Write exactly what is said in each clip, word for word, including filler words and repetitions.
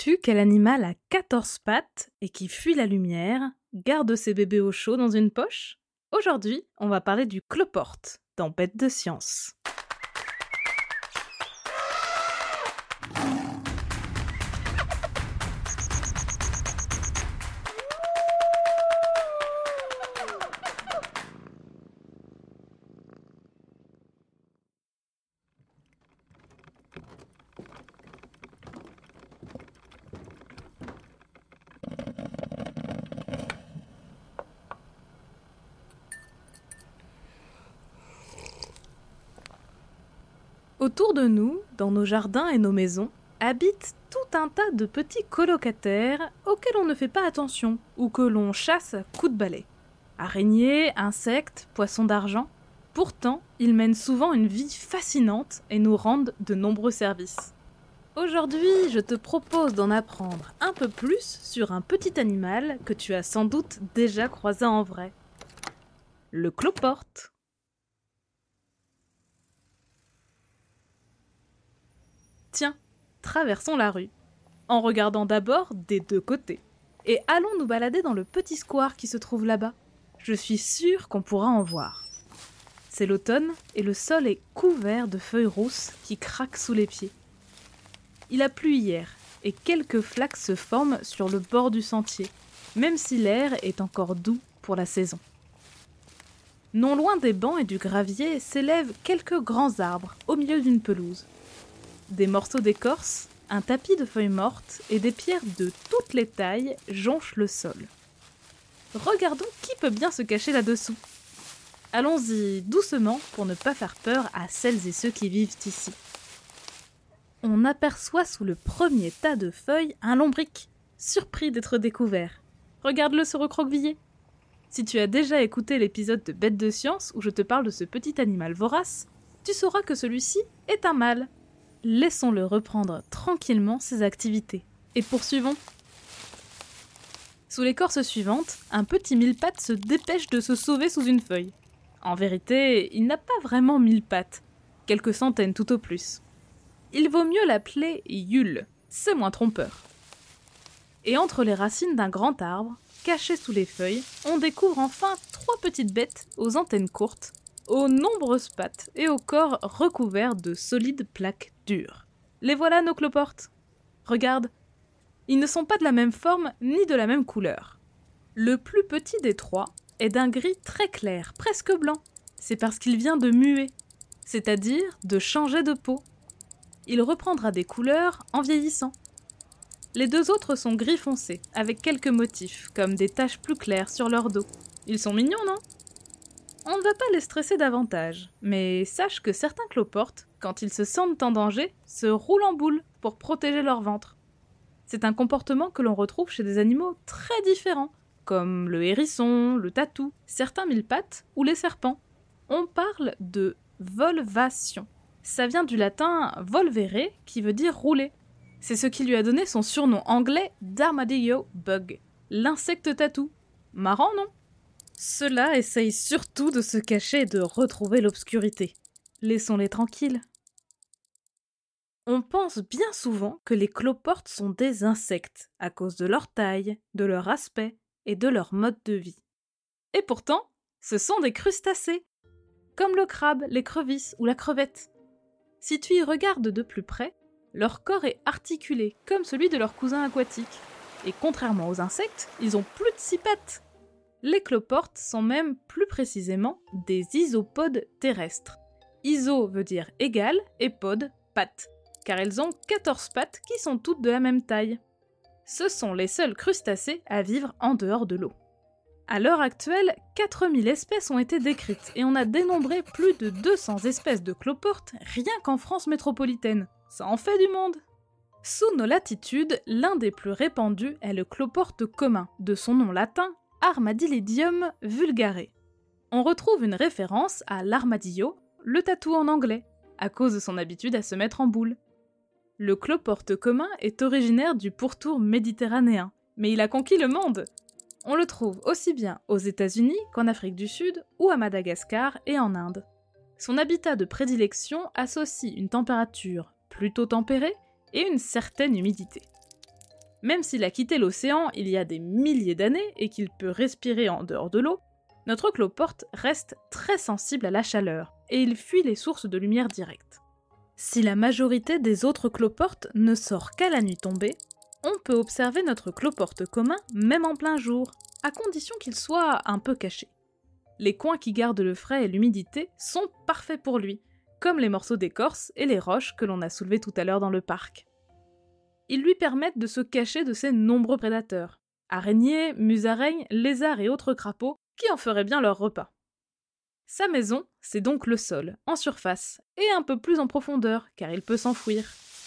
Savais-tu quel animal a quatorze pattes et qui fuit la lumière, garde ses bébés au chaud dans une poche? Aujourd'hui, on va parler du cloporte dans Bête de science. Autour de nous, dans nos jardins et nos maisons, habitent tout un tas de petits colocataires auxquels on ne fait pas attention ou que l'on chasse à coups de balai. Araignées, insectes, poissons d'argent, pourtant, ils mènent souvent une vie fascinante et nous rendent de nombreux services. Aujourd'hui, je te propose d'en apprendre un peu plus sur un petit animal que tu as sans doute déjà croisé en vrai. Le cloporte. Tiens, traversons la rue, en regardant d'abord des deux côtés. Et allons nous balader dans le petit square qui se trouve là-bas. Je suis sûre qu'on pourra en voir. C'est l'automne et le sol est couvert de feuilles rousses qui craquent sous les pieds. Il a plu hier et quelques flaques se forment sur le bord du sentier, même si l'air est encore doux pour la saison. Non loin des bancs et du gravier s'élèvent quelques grands arbres au milieu d'une pelouse. Des morceaux d'écorce, un tapis de feuilles mortes et des pierres de toutes les tailles jonchent le sol. Regardons qui peut bien se cacher là-dessous. Allons-y doucement pour ne pas faire peur à celles et ceux qui vivent ici. On aperçoit sous le premier tas de feuilles un lombric, surpris d'être découvert. Regarde-le se recroqueviller. Si tu as déjà écouté l'épisode de Bête de science où je te parle de ce petit animal vorace, tu sauras que celui-ci est un mâle. Laissons-le reprendre tranquillement ses activités. Et poursuivons. Sous l'écorce suivante, un petit mille-pattes se dépêche de se sauver sous une feuille. En vérité, il n'a pas vraiment mille pattes, quelques centaines tout au plus. Il vaut mieux l'appeler Yule, c'est moins trompeur. Et entre les racines d'un grand arbre, caché sous les feuilles, on découvre enfin trois petites bêtes aux antennes courtes, aux nombreuses pattes et au corps recouvert de solides plaques dures. Les voilà nos cloportes. Regarde, ils ne sont pas de la même forme ni de la même couleur. Le plus petit des trois est d'un gris très clair, presque blanc. C'est parce qu'il vient de muer, c'est-à-dire de changer de peau. Il reprendra des couleurs en vieillissant. Les deux autres sont gris foncé, avec quelques motifs, comme des taches plus claires sur leur dos. Ils sont mignons, non ? On ne va pas les stresser davantage, mais sache que certains cloportes, quand ils se sentent en danger, se roulent en boule pour protéger leur ventre. C'est un comportement que l'on retrouve chez des animaux très différents, comme le hérisson, le tatou, certains mille-pattes ou les serpents. On parle de volvation. Ça vient du latin volvere, qui veut dire rouler. C'est ce qui lui a donné son surnom anglais d'armadillo bug, l'insecte tatou. Marrant, non ? Ceux-là essayent surtout de se cacher et de retrouver l'obscurité. Laissons-les tranquilles. On pense bien souvent que les cloportes sont des insectes, à cause de leur taille, de leur aspect et de leur mode de vie. Et pourtant, ce sont des crustacés, comme le crabe, l'écrevisse ou la crevette. Si tu y regardes de plus près, leur corps est articulé comme celui de leurs cousins aquatiques. Et contrairement aux insectes, ils ont plus de six pattes. Les cloportes sont même plus précisément des isopodes terrestres. Iso veut dire égal et pod, pattes, car elles ont quatorze pattes qui sont toutes de la même taille. Ce sont les seuls crustacés à vivre en dehors de l'eau. À l'heure actuelle, quatre mille espèces ont été décrites et on a dénombré plus de deux cents espèces de cloportes rien qu'en France métropolitaine. Ça en fait du monde! Sous nos latitudes, l'un des plus répandus est le cloporte commun, de son nom latin Armadillidium vulgare. On retrouve une référence à l'armadillo, le tatou en anglais, à cause de son habitude à se mettre en boule. Le cloporte commun est originaire du pourtour méditerranéen, mais il a conquis le monde. On le trouve aussi bien aux États-Unis qu'en Afrique du Sud ou à Madagascar et en Inde. Son habitat de prédilection associe une température plutôt tempérée et une certaine humidité. Même s'il a quitté l'océan il y a des milliers d'années et qu'il peut respirer en dehors de l'eau, notre cloporte reste très sensible à la chaleur et il fuit les sources de lumière directe. Si la majorité des autres cloportes ne sort qu'à la nuit tombée, on peut observer notre cloporte commun même en plein jour, à condition qu'il soit un peu caché. Les coins qui gardent le frais et l'humidité sont parfaits pour lui, comme les morceaux d'écorce et les roches que l'on a soulevés tout à l'heure dans le parc. Ils lui permettent de se cacher de ses nombreux prédateurs, araignées, musaraignes, lézards et autres crapauds qui en feraient bien leur repas. Sa maison, c'est donc le sol, en surface, et un peu plus en profondeur, car il peut s'enfouir.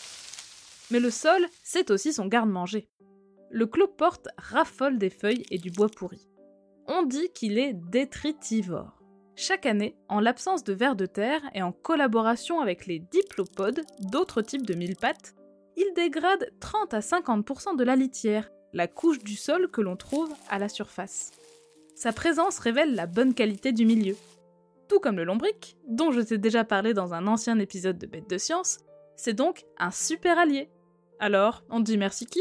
Mais le sol, c'est aussi son garde-manger. Le cloporte raffole des feuilles et du bois pourri. On dit qu'il est détritivore. Chaque année, en l'absence de vers de terre et en collaboration avec les diplopodes, d'autres types de mille-pattes, il dégrade trente à cinquante pour cent de la litière, la couche du sol que l'on trouve à la surface. Sa présence révèle la bonne qualité du milieu. Tout comme le lombric, dont je t'ai déjà parlé dans un ancien épisode de Bêtes de science, c'est donc un super allié. Alors, on dit merci qui ?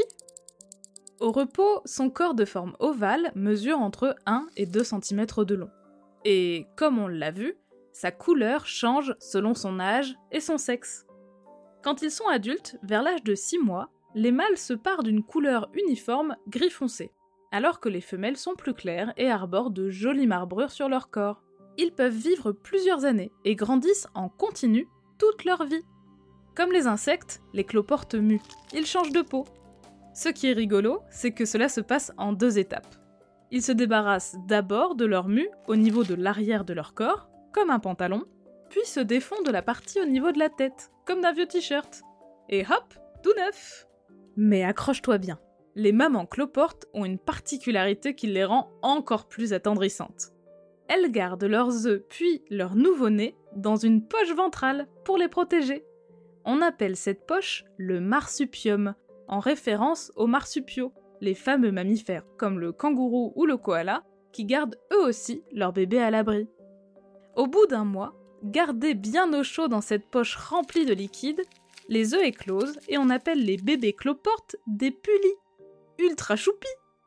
Au repos, son corps de forme ovale mesure entre un et deux centimètres de long. Et, comme on l'a vu, sa couleur change selon son âge et son sexe. Quand ils sont adultes, vers l'âge de six mois, les mâles se parent d'une couleur uniforme gris foncé, alors que les femelles sont plus claires et arborent de jolies marbrures sur leur corps. Ils peuvent vivre plusieurs années et grandissent en continu toute leur vie. Comme les insectes, les cloportes muent, ils changent de peau. Ce qui est rigolo, c'est que cela se passe en deux étapes. Ils se débarrassent d'abord de leur mue au niveau de l'arrière de leur corps, comme un pantalon, puis se défont de la partie au niveau de la tête, comme d'un vieux t-shirt. Et hop, tout neuf. Mais accroche-toi bien, les mamans cloportes ont une particularité qui les rend encore plus attendrissantes. Elles gardent leurs œufs puis leurs nouveau-nés dans une poche ventrale pour les protéger. On appelle cette poche le marsupium, en référence aux marsupiaux, les fameux mammifères comme le kangourou ou le koala, qui gardent eux aussi leur bébé à l'abri. Au bout d'un mois, gardés bien au chaud dans cette poche remplie de liquide, les œufs éclosent et on appelle les bébés cloportes des pulis, ultra choupis.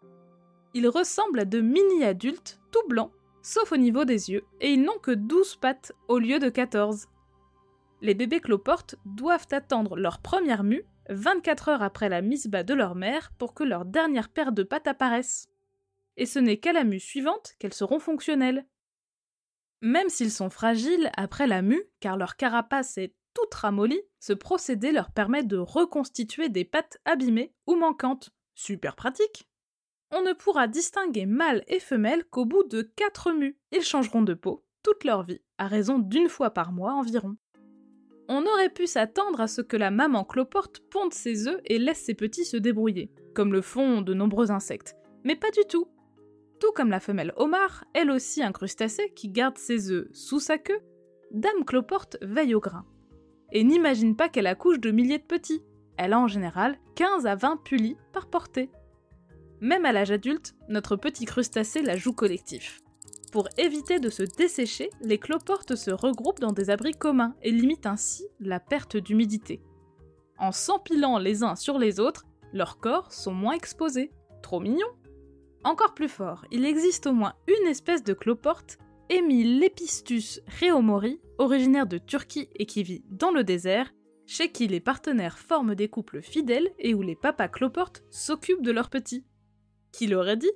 Ils ressemblent à de mini-adultes tout blancs, sauf au niveau des yeux, et ils n'ont que douze pattes au lieu de quatorze. Les bébés cloportes doivent attendre leur première mue vingt-quatre heures après la mise bas de leur mère pour que leur dernière paire de pattes apparaisse. Et ce n'est qu'à la mue suivante qu'elles seront fonctionnelles. Même s'ils sont fragiles après la mue, car leur carapace est toute ramollie, ce procédé leur permet de reconstituer des pattes abîmées ou manquantes. Super pratique! On ne pourra distinguer mâle et femelle qu'au bout de quatre mues. Ils changeront de peau toute leur vie, à raison d'une fois par mois environ. On aurait pu s'attendre à ce que la maman cloporte ponde ses œufs et laisse ses petits se débrouiller, comme le font de nombreux insectes, mais pas du tout. Tout comme la femelle homard, elle aussi un crustacé qui garde ses œufs sous sa queue, Dame Cloporte veille au grain. Et n'imagine pas qu'elle accouche de milliers de petits, elle a en général quinze à vingt pulis par portée. Même à l'âge adulte, notre petit crustacé la joue collectif. Pour éviter de se dessécher, les cloportes se regroupent dans des abris communs et limitent ainsi la perte d'humidité. En s'empilant les uns sur les autres, leurs corps sont moins exposés. Trop mignon! Encore plus fort, il existe au moins une espèce de cloporte, Hemilepistus rheomori, originaire de Turquie et qui vit dans le désert, chez qui les partenaires forment des couples fidèles et où les papas cloportes s'occupent de leurs petits. Qui l'aurait dit ?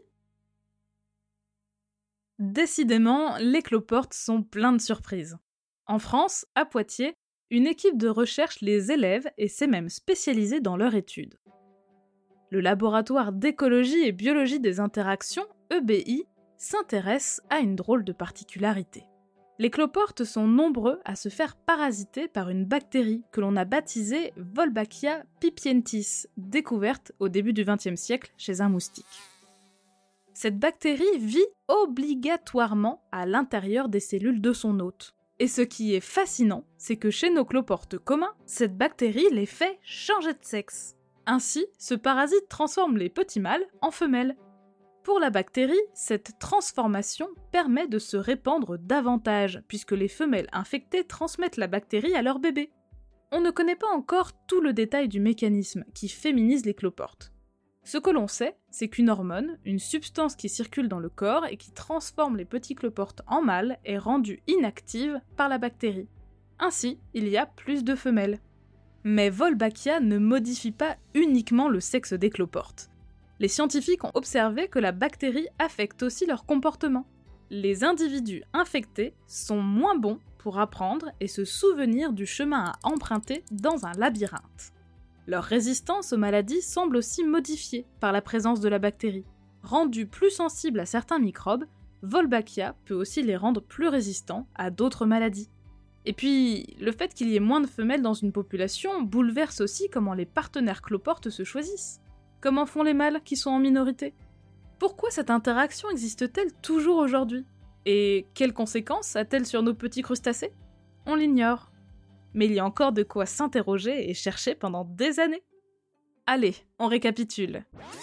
Décidément, les cloportes sont pleins de surprises. En France, à Poitiers, une équipe de recherche les élève et s'est même spécialisée dans leur étude. Le laboratoire d'écologie et biologie des interactions, E B I, s'intéresse à une drôle de particularité. Les cloportes sont nombreux à se faire parasiter par une bactérie que l'on a baptisée Wolbachia pipientis, découverte au début du vingtième siècle chez un moustique. Cette bactérie vit obligatoirement à l'intérieur des cellules de son hôte. Et ce qui est fascinant, c'est que chez nos cloportes communs, cette bactérie les fait changer de sexe. Ainsi, ce parasite transforme les petits mâles en femelles. Pour la bactérie, cette transformation permet de se répandre davantage, puisque les femelles infectées transmettent la bactérie à leur bébé. On ne connaît pas encore tout le détail du mécanisme qui féminise les cloportes. Ce que l'on sait, c'est qu'une hormone, une substance qui circule dans le corps et qui transforme les petits cloportes en mâles, est rendue inactive par la bactérie. Ainsi, il y a plus de femelles. Mais Wolbachia ne modifie pas uniquement le sexe des cloportes. Les scientifiques ont observé que la bactérie affecte aussi leur comportement. Les individus infectés sont moins bons pour apprendre et se souvenir du chemin à emprunter dans un labyrinthe. Leur résistance aux maladies semble aussi modifiée par la présence de la bactérie. Rendus plus sensibles à certains microbes, Wolbachia peut aussi les rendre plus résistants à d'autres maladies. Et puis, le fait qu'il y ait moins de femelles dans une population bouleverse aussi comment les partenaires cloportes se choisissent. Comment font les mâles qui sont en minorité ? Pourquoi cette interaction existe-t-elle toujours aujourd'hui ? Et quelles conséquences a-t-elle sur nos petits crustacés ? On l'ignore. Mais il y a encore de quoi s'interroger et chercher pendant des années. Allez, on récapitule.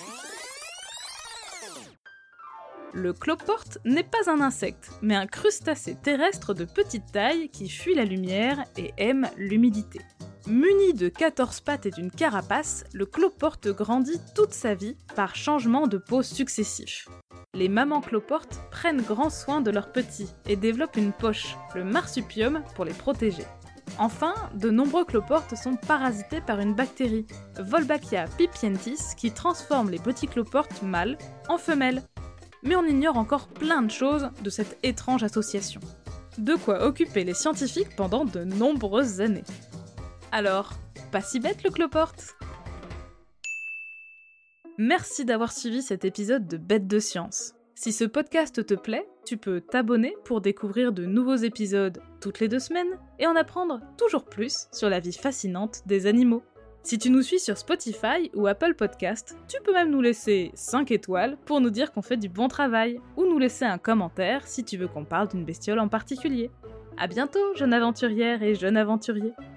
Le cloporte n'est pas un insecte, mais un crustacé terrestre de petite taille qui fuit la lumière et aime l'humidité. Muni de quatorze pattes et d'une carapace, le cloporte grandit toute sa vie par changements de peau successifs. Les mamans cloportes prennent grand soin de leurs petits et développent une poche, le marsupium, pour les protéger. Enfin, de nombreux cloportes sont parasités par une bactérie, Wolbachia pipientis, qui transforme les petits cloportes mâles en femelles. Mais on ignore encore plein de choses de cette étrange association. De quoi occuper les scientifiques pendant de nombreuses années. Alors, pas si bête le cloporte ? Merci d'avoir suivi cet épisode de Bêtes de Science. Si ce podcast te plaît, tu peux t'abonner pour découvrir de nouveaux épisodes toutes les deux semaines et en apprendre toujours plus sur la vie fascinante des animaux. Si tu nous suis sur Spotify ou Apple Podcast, tu peux même nous laisser cinq étoiles pour nous dire qu'on fait du bon travail, ou nous laisser un commentaire si tu veux qu'on parle d'une bestiole en particulier. À bientôt, jeune aventurière et jeune aventurier.